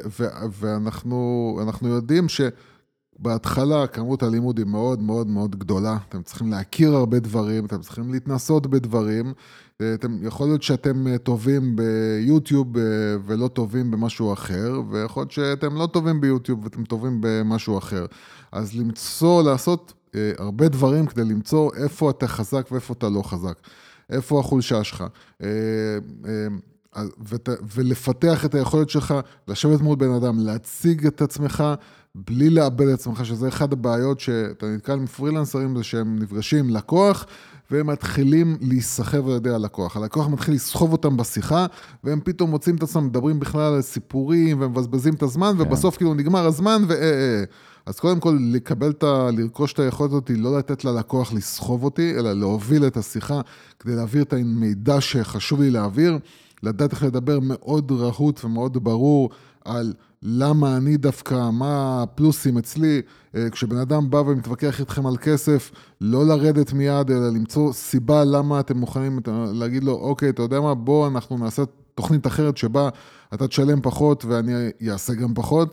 ואנחנו יודעים ש... בהתחלה כמות הלימוד היא מאוד מאוד מאוד גדולה, אתם צריכים להכיר הרבה דברים, אתם צריכים להתנסות בדברים, אתם, יכול להיות שאתם טובים ביוטיוב ולא טובים במשהו אחר, ויכול להיות שאתם לא טובים ביוטיוב ואתם טובים במשהו אחר. אז למצוא, לעשות אה, הרבה דברים כדי למצוא איפה אתה חזק ואיפה אתה לא חזק, איפה החולשה שלך. אה, אה, ות, ולפתח את היכולת שלך, לשבת מול בן אדם, להציג את עצמך, בלי לאבד את עצמך, שזה אחד הבעיות שאתה נתקל עם פרילנסרים, זה שהם נפגשים לקוח, והם מתחילים להיסחב על ידי הלקוח. הלקוח מתחיל לסחוב אותם בשיחה, והם פתאום מוצאים את עצמם, מדברים בכלל על סיפורים, והם מבזבזים את הזמן, כן. ובסוף כאילו נגמר הזמן, ו... אז קודם כל, לקבל את ה... לרכוש את היכולת אותי, לא לתת ללקוח לסחוב אותי, אלא להוביל את השיחה, כדי להעביר את המידע שחשוב לי להעביר, לדעת איך לדבר מאוד רהוט ומאוד ברור על למה אני דווקא, מה הפלוסים אצלי, כשבן אדם בא ומתווכח איתכם על כסף, לא לרדת מיד, אלא למצוא סיבה למה אתם מוכנים להגיד לו, אוקיי, אתה יודע מה, בוא אנחנו נעשה תוכנית אחרת שבה אתה תשלם פחות ואני אעשה גם פחות,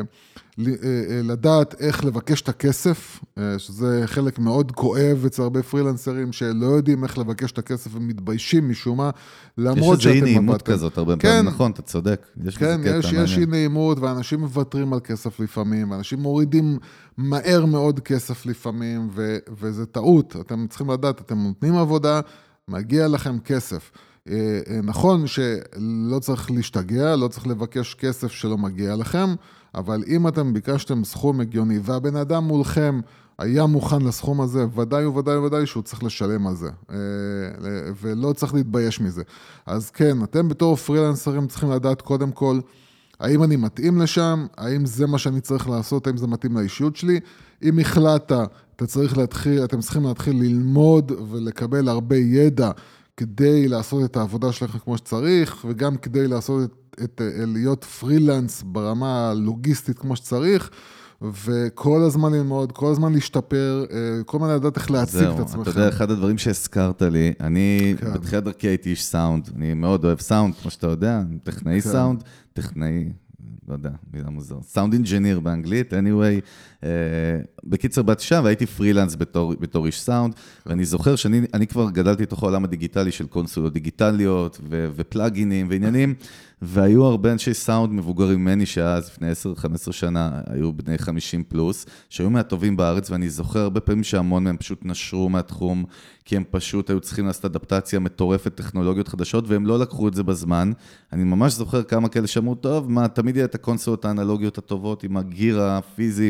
לדעת איך לבקש את הכסף, שזה חלק מאוד כואב אצל הרבה פרילנסרים שלא יודעים איך לבקש את הכסף ומתביישים משום מה, למרות שאתם מבטים. יש איזה אי נעימות כזאת, הרבה פעמים, נכון, אתה צודק. כן, יש אי נעימות, ואנשים מוותרים על כסף לפעמים, ואנשים מורידים מהר מאוד כסף לפעמים, וזה טעות, אתם צריכים לדעת, אתם נותנים עבודה, מגיע לכם כסף. נכון שלא צריך להשתגע, לא צריך לבקש כסף שלא מגיע לכם, אבל אם אתם ביקשתם סכום הגיוני, והבן אדם מולכם היה מוכן לסכום הזה, ודאי וודאי וודאי שהוא צריך לשלם על זה, ולא צריך להתבייש מזה. אז כן, אתם בתור פרילנסרים צריכים לדעת קודם כל, האם אני מתאים לשם, האם זה מה שאני צריך לעשות, האם זה מתאים לאישיות שלי, אם החלטת, אתה צריך להתחיל, אתם צריכים להתחיל ללמוד ולקבל הרבה ידע, כדי לעשות את העבודה שלכם כמו שצריך, וגם כדי לעשות את, את, להיות פרילנס ברמה הלוגיסטית כמו שצריך, וכל הזמן ללמוד, כל הזמן להשתפר, כל הזמן לדעת איך להציג את עצמכם. אתה יודע, אחד הדברים שהזכרת לי, אני כן. בתחילת דרכי הייתי איש סאונד, אני מאוד אוהב סאונד, כמו שאתה יודע, טכנאי כן. סאונד, טכנאי, לא יודע, מילה מוזר, סאונד אינג'יניר באנגלית, anyway, uh, בקיצר בת שם, והייתי פרילנס בתור, בתור איש סאונד, כן. ואני זוכר שאני אני כבר גדלתי תוך העולם הדיגיטלי של קונסולות דיגיטליות, ו- ופלאגינים ועניינים, והיו הרבה אנשי סאונד מבוגרים ממני, שאז לפני עשר חמש עשרה שנה, היו בני חמישים פלוס, שהיו מהטובים בארץ, ואני זוכר הרבה פעמים שהמון מהם פשוט נשרו מהתחום, כי הם פשוט היו צריכים לעשות אדפטציה מטורפת, טכנולוגיות חדשות, והם לא לקחו את זה בזמן. אני ממש זוכר כמה כאלה שאמרו, טוב, מה, תמיד יהיה את הקונסולות האנלוגיות הטובות, עם הגיר הפיזי,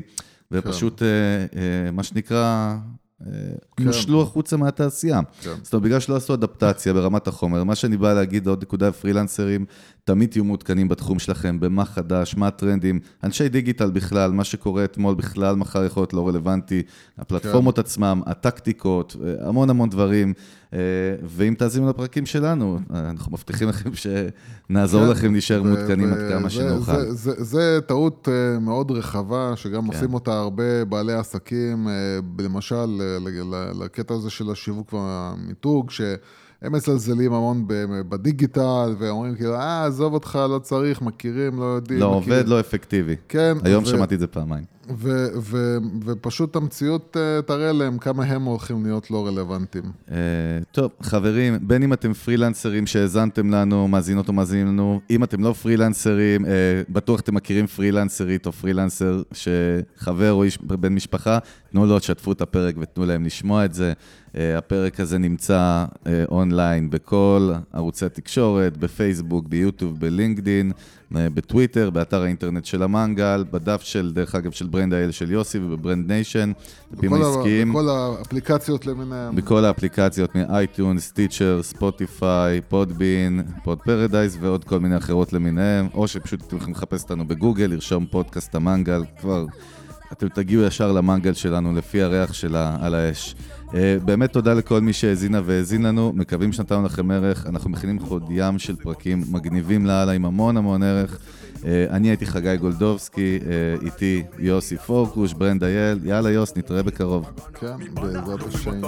ופשוט, מה שנקרא, נושלו החוצה מהתעשייה. זאת אומרת, בגלל שלא עשו אדפטציה ברמת החומר, מה שאני בא להגיד, עוד נקודה, פרילנסרים, תמיד יהיו מעודכנים בתחום שלכם, במה חדש, מה הטרנדים, אנשי דיגיטל בכלל, מה שקורה אתמול בכלל, מחר יכול להיות לא רלוונטי, הפלטפורמות עצמם, הטקטיקות, המון המון דברים, ואם תאזינו לפרקים שלנו, אנחנו מבטיחים לכם שנעזור לכם להישאר מעודכנים עד כמה שנוכל. זה טעות מאוד רחבה, שגם עושים אותה הרבה בעלי עסקים, למשל, לקטע הזה של השיווק והמיתוג, שהם מצלזלים המון בדיגיטל, ואומרים כאילו, אה, עזוב אותך, לא צריך, מכירים, לא יודעים. לא עובד, לא אפקטיבי. כן. היום שמעתי את זה פעמיים. ופשוט המציאות תראה להם כמה הם הולכים להיות לא רלוונטיים. טוב, חברים, בין אם אתם פרילנסרים שהזנתם לנו, מאזינות או מאזינים לנו, אם אתם לא פרילנסרים, בטוח אתם מכירים פרילנסרית או פרילנסר שחבר או איש בן משפחה, תנו לו, תשתפו את הפרק ותנו להם לשמוע את זה. הפרק הזה נמצא אונליין בכל ערוצי התקשורת, בפייסבוק, ביוטיוב, בלינקדין, בטוויטר, באתר האינטרנט של המנגל, בדף של, דרך אגב, של ברנד האל של יוסי ובברנד ניישן, בפים העסקיים. בכל האפליקציות למיניהם. בכל האפליקציות מאייטיונס, טיצ'ר, ספוטיפיי, פודבין, פוד פרדייז ועוד כל מיני אחרות למיניהם, או שפשוט אתם יכולים לחפש אותנו בגוגל, לרשום פודקאסט המנגל, כבר אתם תגיעו ישר למנגל שלנו לפי הריח שלה על האש. באמת תודה לכל מי שהזינה והזין לנו, מקווים שנתנו לכם ערך, אנחנו מכינים חוד ים של פרקים מגניבים להלאה עם המון המון ערך. אני הייתי חגי גולדובסקי, איתי יוסי פורקוש, ברנד אייל, יאללה יוס, נתראה בקרוב. כן, בעזרת השם.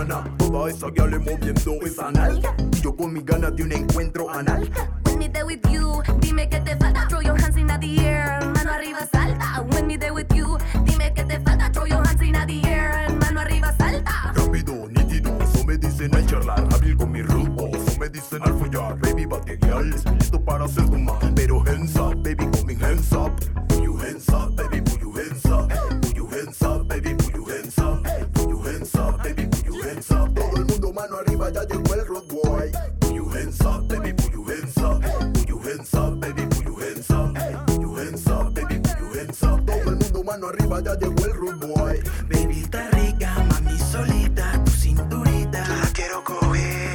Al charlar, hábil con mi rumbo. Eso me dicen al follar, baby, bate guial. Estoy listo para hacer tu más. Pero hands up, baby, coming hands up. Put your hands up, baby, put your hands up. Put your hands up, baby, put your hands up. Put your hands up, baby, put your hands up. Todo el mundo mano arriba, ya llegó el road boy. Put your hands up, baby, put your hands up. Put your hands up, baby, put your hands up. Put your hands up, baby, put your hands up. Todo el mundo mano arriba, ya llegó el road boy. Baby, está rica, mami solita, tu cinturita. Quiero coger